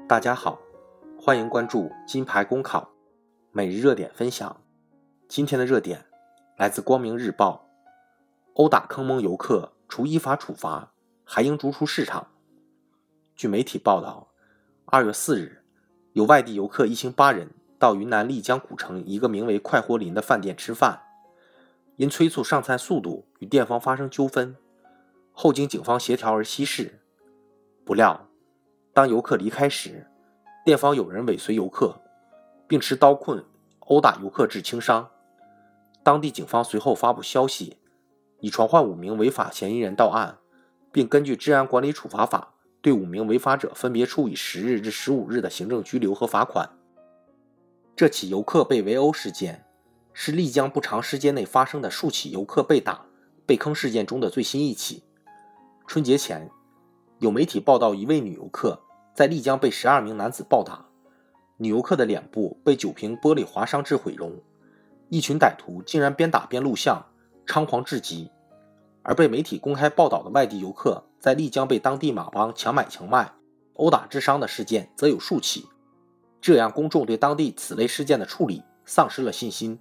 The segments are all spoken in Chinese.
大家好，欢迎关注金牌公考每日热点分享。今天的热点来自光明日报，殴打坑蒙游客除依法处罚，还应逐出市场。据媒体报道，2月4日，有外地游客一行8人到云南丽江古城一个名为快活林的饭店吃饭，因催促上菜速度与店方发生纠纷，后经警方协调而息事。不料当游客离开时，店方有人尾随游客，并持刀棍殴打游客致轻伤。当地警方随后发布消息，已传唤5名违法嫌疑人到案，并根据治安管理处罚法对5名违法者分别处以10日至15日的行政拘留和罚款。这起游客被围殴事件是丽江不长时间内发生的数起游客被打、被坑事件中的最新一起。春节前，有媒体报道一位女游客在丽江被12名男子暴打，女游客的脸部被酒瓶玻璃划伤至毁容，一群歹徒竟然边打边录像，猖狂至极。而被媒体公开报道的外地游客在丽江被当地马帮强买强卖、殴打致伤的事件则有数起，这让公众对当地此类事件的处理丧失了信心。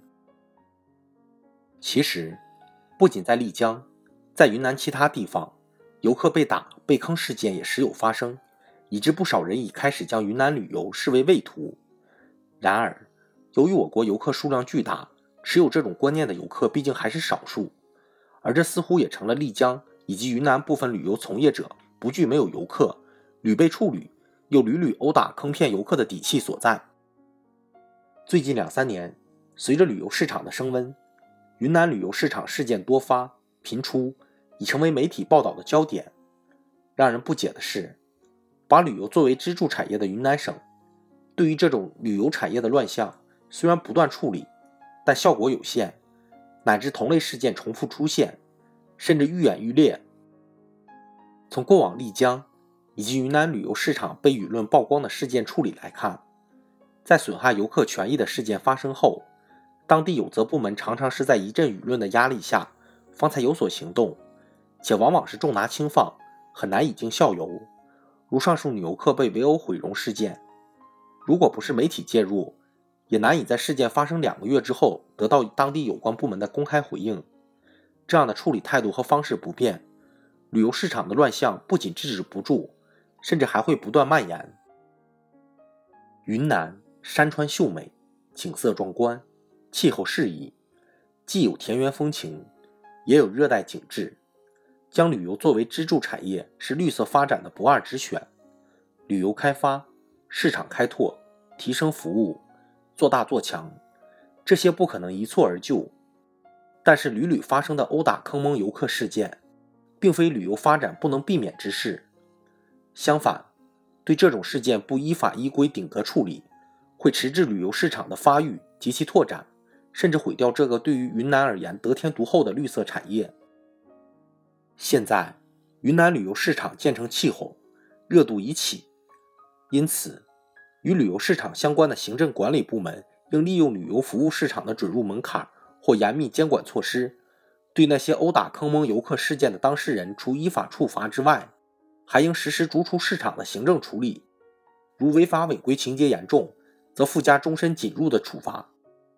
其实，不仅在丽江，在云南其他地方，游客被打、被坑事件也时有发生，以致不少人已开始将云南旅游视为畏途。然而，由于我国游客数量巨大，持有这种观念的游客毕竟还是少数，而这似乎也成了丽江以及云南部分旅游从业者不惧没有游客、屡被处理又屡屡殴打坑骗游客的底气所在。最近2-3年，随着旅游市场的升温，云南旅游市场事件多发频出，已成为媒体报道的焦点。让人不解的是，把旅游作为支柱产业的云南省，对于这种旅游产业的乱象虽然不断处理，但效果有限，乃至同类事件重复出现，甚至愈演愈烈。从过往丽江以及云南旅游市场被舆论曝光的事件处理来看，在损害游客权益的事件发生后，当地有责部门常常是在一阵舆论的压力下方才有所行动，且往往是重拿轻放，很难以儆效尤。如上述女游客被围殴毁容事件，如果不是媒体介入，也难以在事件发生2个月之后得到当地有关部门的公开回应。这样的处理态度和方式不变，旅游市场的乱象不仅制止不住，甚至还会不断蔓延。云南山川秀美，景色壮观，气候适宜，既有田园风情，也有热带景致，将旅游作为支柱产业是绿色发展的不二之选。旅游开发、市场开拓、提升服务、做大做强，这些不可能一蹴而就。但是屡屡发生的殴打坑蒙游客事件，并非旅游发展不能避免之事。相反，对这种事件不依法依规顶格处理，会迟滞旅游市场的发育及其拓展，甚至毁掉这个对于云南而言得天独厚的绿色产业。现在，云南旅游市场渐成气候，热度已起，因此，与旅游市场相关的行政管理部门应利用旅游服务市场的准入门槛或严密监管措施，对那些殴打坑蒙游客事件的当事人除依法处罚之外，还应实施逐出市场的行政处理，如违法违规情节严重，则附加终身禁入的处罚。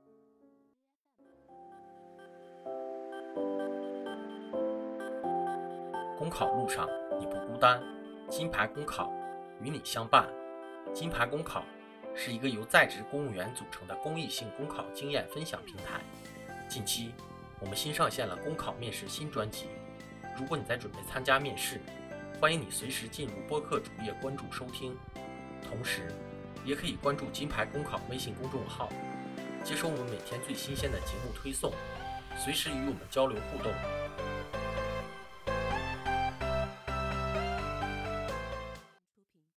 公考路上你不孤单，金牌公考与你相伴。金牌公考是一个由在职公务员组成的公益性公考经验分享平台。近期我们新上线了公考面试新专辑，如果你在准备参加面试，欢迎你随时进入播客主页关注收听，同时也可以关注金牌公考微信公众号，接收我们每天最新鲜的节目推送，随时与我们交流互动。